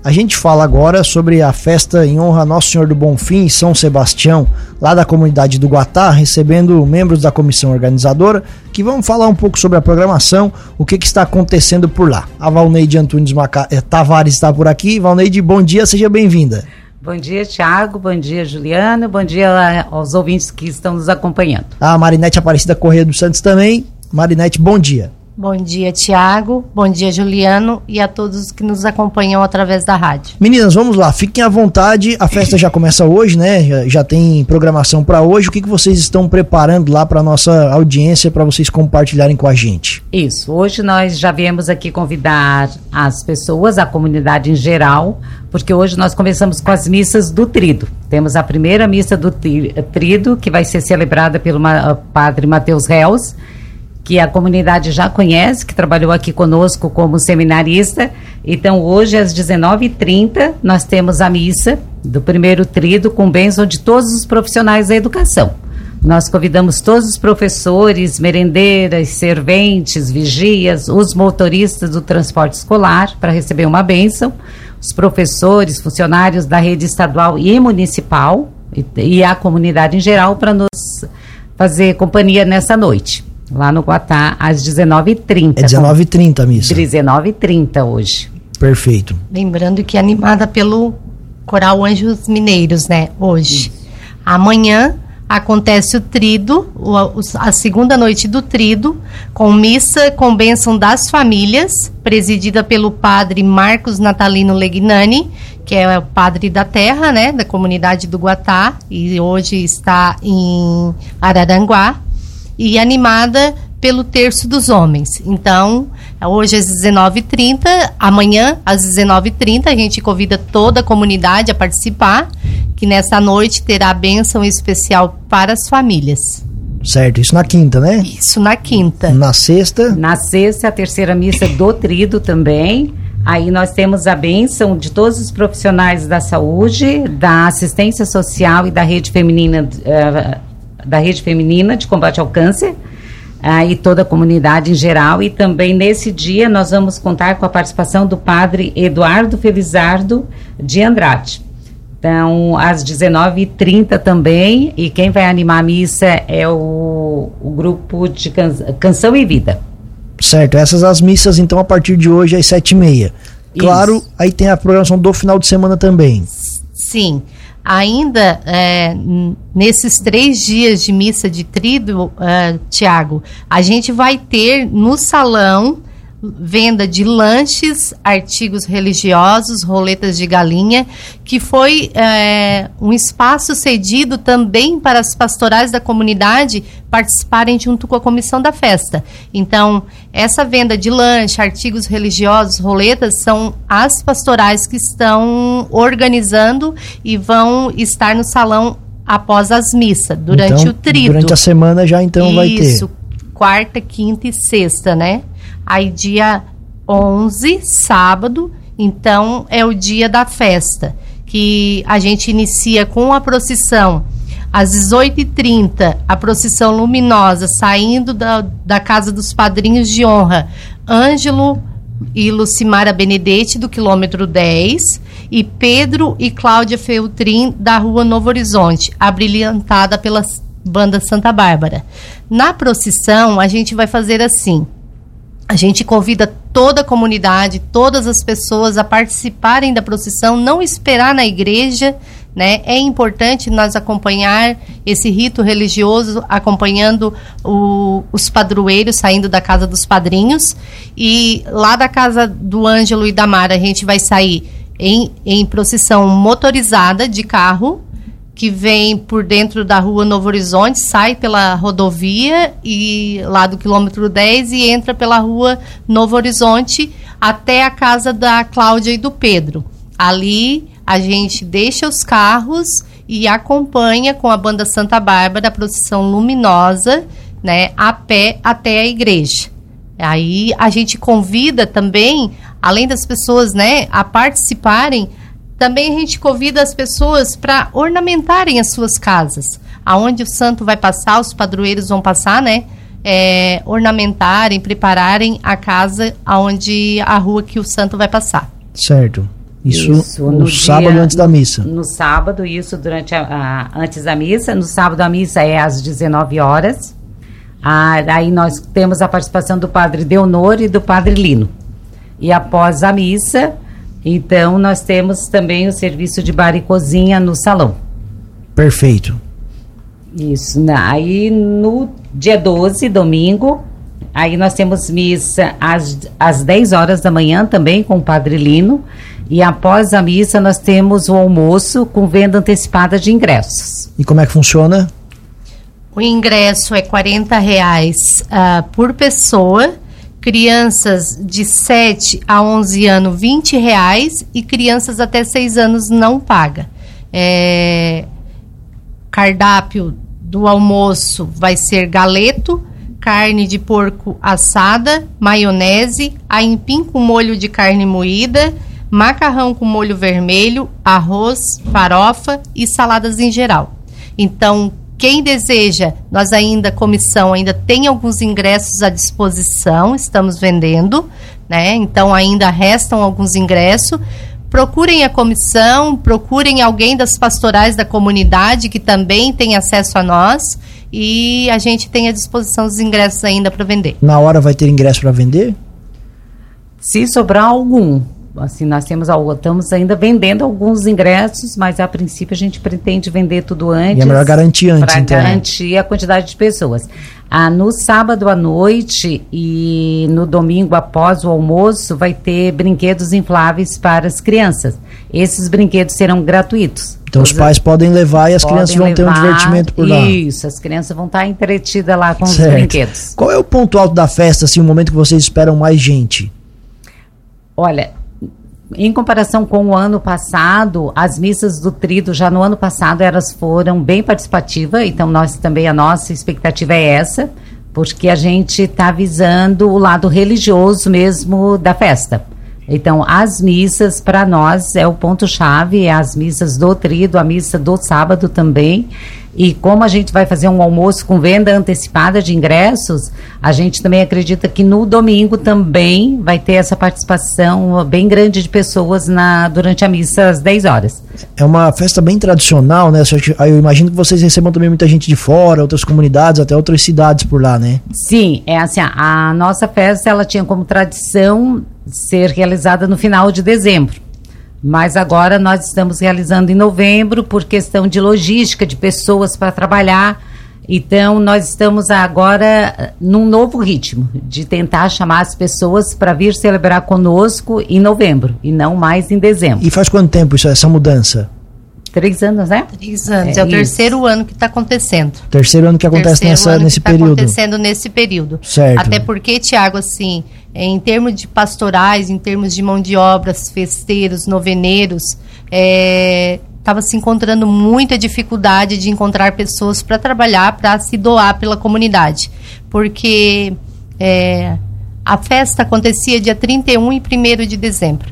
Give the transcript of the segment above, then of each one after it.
A gente fala agora sobre a festa em honra a Nosso Senhor do Bonfim em São Sebastião, lá da comunidade do Guatá, recebendo membros da comissão organizadora, que vão falar um pouco sobre a programação, o que está acontecendo por lá. A Valneide Antunes Tavares está por aqui. Valneide, bom dia, seja bem-vinda. Bom dia, Thiago, bom dia, Juliano, bom dia aos ouvintes que estão nos acompanhando. A Marinete Aparecida Corrêa dos Santos também. Marinete, bom dia. Bom dia, Thiago, bom dia, Juliano, e a todos que nos acompanham através da rádio. Meninas, vamos lá, fiquem à vontade, a festa já começa hoje, né? Já tem programação para hoje. O que vocês estão preparando lá para nossa audiência, para vocês compartilharem com a gente? Isso, hoje nós já viemos aqui convidar as pessoas, a comunidade em geral, porque hoje nós começamos com as missas do Trido. Temos a primeira missa do Trido, que vai ser celebrada pelo padre Mateus Reus, que a comunidade já conhece, que trabalhou aqui conosco como seminarista. Então, hoje, às 19h30, nós temos a missa do primeiro Trido, com bênção de todos os profissionais da educação. Nós convidamos todos os professores, merendeiras, serventes, vigias, os motoristas do transporte escolar para receber uma bênção, os professores, funcionários da rede estadual e municipal e a comunidade em geral para nos fazer companhia nessa noite. Lá no Guatá, às 19h30. É 19h30 a missa. 19h30 hoje. Perfeito. Lembrando que é animada pelo Coral Anjos Mineiros, né? Hoje. Isso. Amanhã acontece o Trido, a segunda noite do Trido, com missa com bênção das famílias, presidida pelo padre Marcos Natalino Legnani, que é o padre da terra, né? Da comunidade do Guatá, e hoje está em Araranguá. E animada pelo Terço dos Homens. Então, hoje às 19h30, amanhã às 19h30, a gente convida toda a comunidade a participar, que nessa noite terá a bênção especial para as famílias. Certo, isso na quinta, né? Isso na quinta. Na sexta? Na sexta, a terceira missa do Trido também. Aí nós temos a bênção de todos os profissionais da saúde, da assistência social e da rede feminina de combate ao câncer, e toda a comunidade em geral. E também nesse dia nós vamos contar com a participação do padre Eduardo Felizardo de Andrade. Então, às 19h30 também, e quem vai animar a missa é o grupo de Canção e Vida. Certo, essas as missas então a partir de hoje às 7h30. Claro, isso. Aí tem a programação do final de semana também. Sim. Ainda nesses 3 dias de missa de Trido, Tiago, a gente vai ter no salão venda de lanches, artigos religiosos, roletas de galinha, que foi um espaço cedido também para as pastorais da comunidade participarem junto com a comissão da festa. Então, essa venda de lanche, artigos religiosos, roletas, são as pastorais que estão organizando e vão estar no salão após as missas, durante então, o Trido. Durante a semana já então vai ter. Isso, quarta, quinta e sexta, né? Aí dia 11, sábado, então é o dia da festa, que a gente inicia com a procissão. Às 18h30, a procissão luminosa saindo da Casa dos Padrinhos de Honra, Ângelo e Lucimara Benedetti, do quilômetro 10, e Pedro e Cláudia Feltrin, da Rua Novo Horizonte, abrilhantada pela Banda Santa Bárbara. Na procissão, a gente vai fazer assim: a gente convida toda a comunidade, todas as pessoas a participarem da procissão, não esperar na igreja, né? É importante nós acompanhar esse rito religioso, acompanhando os padroeiros saindo da casa dos padrinhos. E lá da casa do Ângelo e da Mara, a gente vai sair em procissão motorizada de carro, que vem por dentro da Rua Novo Horizonte, sai pela rodovia e lá do quilômetro 10 e entra pela Rua Novo Horizonte até a casa da Cláudia e do Pedro. Ali a gente deixa os carros e acompanha com a Banda Santa Bárbara a procissão luminosa, né, a pé até a igreja. Aí a gente convida também, além das pessoas, né, a participarem, também a gente convida as pessoas para ornamentarem as suas casas. Aonde o santo vai passar, os padroeiros vão passar, né? Ornamentarem, prepararem a casa, a rua que o santo vai passar. Certo. Isso no sábado antes da missa. No sábado, isso durante antes da missa. No sábado a missa é às 19 horas. Aí nós temos a participação do padre Deonor e do padre Lino. E após a missa, então nós temos também o serviço de bar e cozinha no salão. Perfeito. Isso. Aí no dia 12, domingo, aí nós temos missa às 10 horas da manhã também com o padre Lino. E após a missa nós temos o almoço com venda antecipada de ingressos. E como é que funciona? O ingresso é R$40 por pessoa, crianças de 7 a 11 anos R$20 e crianças até 6 anos não paga. Cardápio do almoço vai ser galeto, carne de porco assada, maionese, aipim com molho de carne moída, macarrão com molho vermelho, arroz, farofa e saladas em geral. Então, quem deseja, nós ainda, comissão, ainda tem alguns ingressos à disposição, estamos vendendo, né? Então ainda restam alguns ingressos. Procurem a comissão, procurem alguém das pastorais da comunidade que também tem acesso a nós e a gente tem à disposição os ingressos ainda para vender. Na hora vai ter ingresso para vender? Se sobrar algum. Assim, nós estamos ainda vendendo alguns ingressos, mas a princípio a gente pretende vender tudo antes. E é melhor garantir antes, para garantir a quantidade de pessoas. No sábado à noite e no domingo após o almoço vai ter brinquedos infláveis para as crianças. Esses brinquedos serão gratuitos. Então os pais podem levar e as crianças vão ter um divertimento por lá. Isso, as crianças vão estar entretidas lá com os brinquedos. Qual é o ponto alto da festa, assim, o momento que vocês esperam mais gente? Olha, em comparação com o ano passado, as missas do Tríduo, já no ano passado, elas foram bem participativas, então a nossa expectativa é essa, porque a gente está visando o lado religioso mesmo da festa. Então, as missas, para nós, é o ponto-chave, as missas do Tríduo, a missa do sábado também. E como a gente vai fazer um almoço com venda antecipada de ingressos, a gente também acredita que no domingo também vai ter essa participação bem grande de pessoas durante a missa às 10 horas. É uma festa bem tradicional, né? Eu imagino que vocês recebam também muita gente de fora, outras comunidades, até outras cidades por lá, né? Sim, é assim, a nossa festa ela tinha como tradição ser realizada no final de dezembro. Mas agora nós estamos realizando em novembro por questão de logística, de pessoas para trabalhar. Então nós estamos agora num novo ritmo de tentar chamar as pessoas para vir celebrar conosco em novembro e não mais em dezembro. E faz quanto tempo essa mudança? 3 anos, né? 3 anos, é o terceiro ano que está acontecendo. Terceiro ano que acontece nesse período. Acontecendo nesse período. Certo. Até porque, Tiago, assim, em termos de pastorais, em termos de mão de obras, festeiros, noveneiros, estava se encontrando muita dificuldade de encontrar pessoas para trabalhar, para se doar pela comunidade. Porque a festa acontecia dia 31 e 1º de dezembro.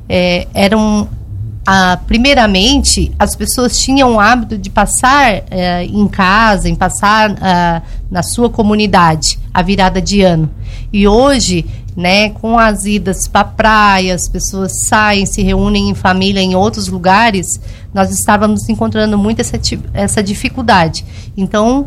Primeiramente, as pessoas tinham o hábito de passar em casa, passar na sua comunidade a virada de ano. E hoje, né, com as idas para a praia, as pessoas saem, se reúnem em família em outros lugares, nós estávamos encontrando muito essa dificuldade. Então,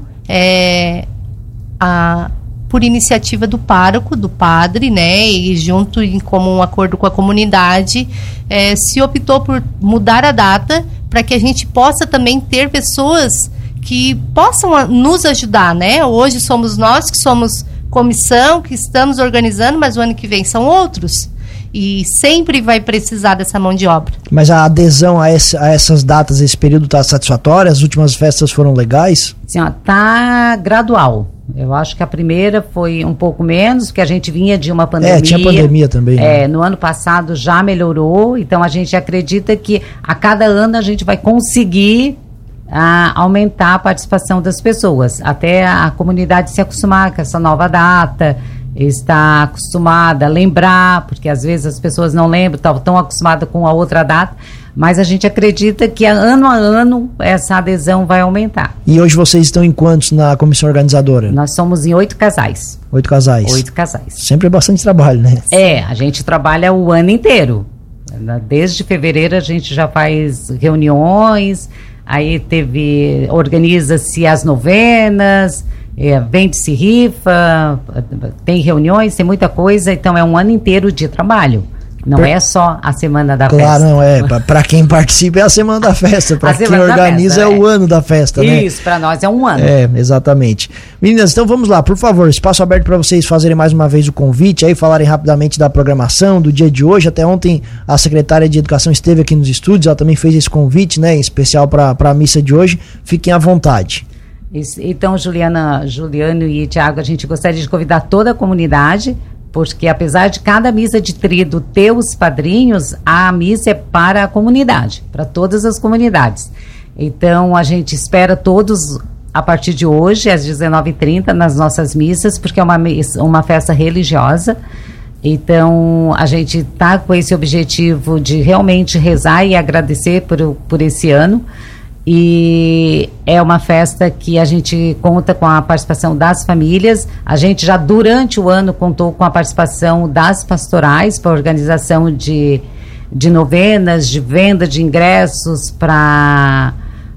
por iniciativa do pároco, do padre, né, e junto em comum acordo com a comunidade, se optou por mudar a data para que a gente possa também ter pessoas que possam nos ajudar, né? Hoje somos nós que somos comissão, que estamos organizando, mas o ano que vem são outros. E sempre vai precisar dessa mão de obra. Mas a adesão a essas datas, esse período está satisfatória? As últimas festas foram legais? Sim, tá gradual. Eu acho que a primeira foi um pouco menos, porque a gente vinha de uma pandemia. Tinha pandemia também. Né? No ano passado já melhorou, então a gente acredita que a cada ano a gente vai conseguir aumentar a participação das pessoas, até a comunidade se acostumar com essa nova data, está acostumada a lembrar, porque às vezes as pessoas não lembram, estão tão acostumadas com a outra data, mas a gente acredita que ano a ano essa adesão vai aumentar. E hoje vocês estão em quantos na comissão organizadora? Nós somos em 8 casais. 8 casais? 8 casais. Sempre é bastante trabalho, né? A gente trabalha o ano inteiro. Desde fevereiro a gente já faz reuniões, aí organiza-se as novenas, vende-se rifa, tem reuniões, tem muita coisa, então é um ano inteiro de trabalho. Não é só a semana da festa. Claro, não é. Para quem participa é a semana da festa. Para quem organiza é o ano da festa, né? Isso, para nós é um ano. Exatamente. Meninas, então vamos lá, por favor, espaço aberto para vocês fazerem mais uma vez o convite, aí falarem rapidamente da programação, do dia de hoje. Até ontem a secretária de Educação esteve aqui nos estúdios, ela também fez esse convite, né, em especial para a missa de hoje. Fiquem à vontade. Então, Juliano e Tiago, a gente gostaria de convidar toda a comunidade, porque apesar de cada missa de tríduo ter os padrinhos, a missa é para a comunidade, para todas as comunidades. Então, a gente espera todos a partir de hoje, às 19h30, nas nossas missas, porque é uma festa religiosa. Então, a gente está com esse objetivo de realmente rezar e agradecer por esse ano. E é uma festa que a gente conta com a participação das famílias. A gente já durante o ano contou com a participação das pastorais para a organização de novenas, de venda de ingressos para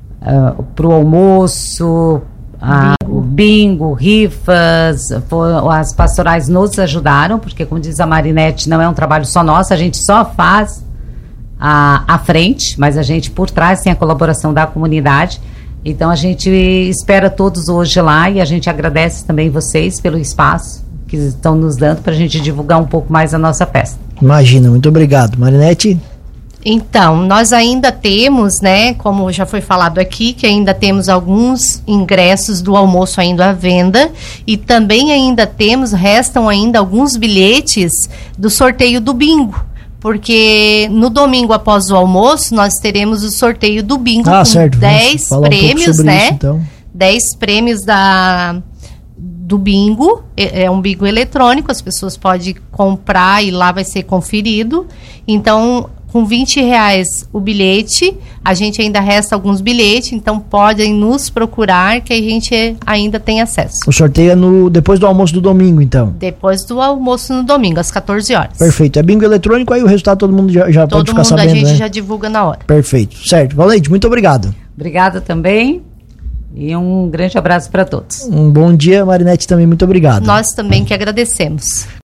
o almoço, o bingo, rifas. As pastorais nos ajudaram, porque, como diz a Marinete, não é um trabalho só nosso, a gente só faz à frente, mas a gente por trás tem a colaboração da comunidade. Então a gente espera todos hoje lá e a gente agradece também vocês pelo espaço que estão nos dando para a gente divulgar um pouco mais a nossa festa. Imagina, muito obrigado. Marinete? Então, nós ainda temos, né, como já foi falado aqui, que ainda temos alguns ingressos do almoço ainda à venda e também restam ainda alguns bilhetes do sorteio do bingo. Porque no domingo após o almoço nós teremos o sorteio do bingo com certo. 10 prêmios, né? Isso, então. 10 prêmios do bingo. É um bingo eletrônico, as pessoas podem comprar e lá vai ser conferido. Então, com R$20 o bilhete, a gente ainda resta alguns bilhetes, então podem nos procurar que a gente ainda tem acesso. O sorteio é depois do almoço do domingo, então? Depois do almoço no domingo, às 14 horas. Perfeito. É bingo eletrônico, aí o resultado todo mundo já pode ficar sabendo, né? Todo mundo a gente já divulga na hora. Perfeito. Certo. Valente, muito obrigado. Obrigada também e um grande abraço para todos. Um bom dia, Marinete, também muito obrigado. Nós também que agradecemos.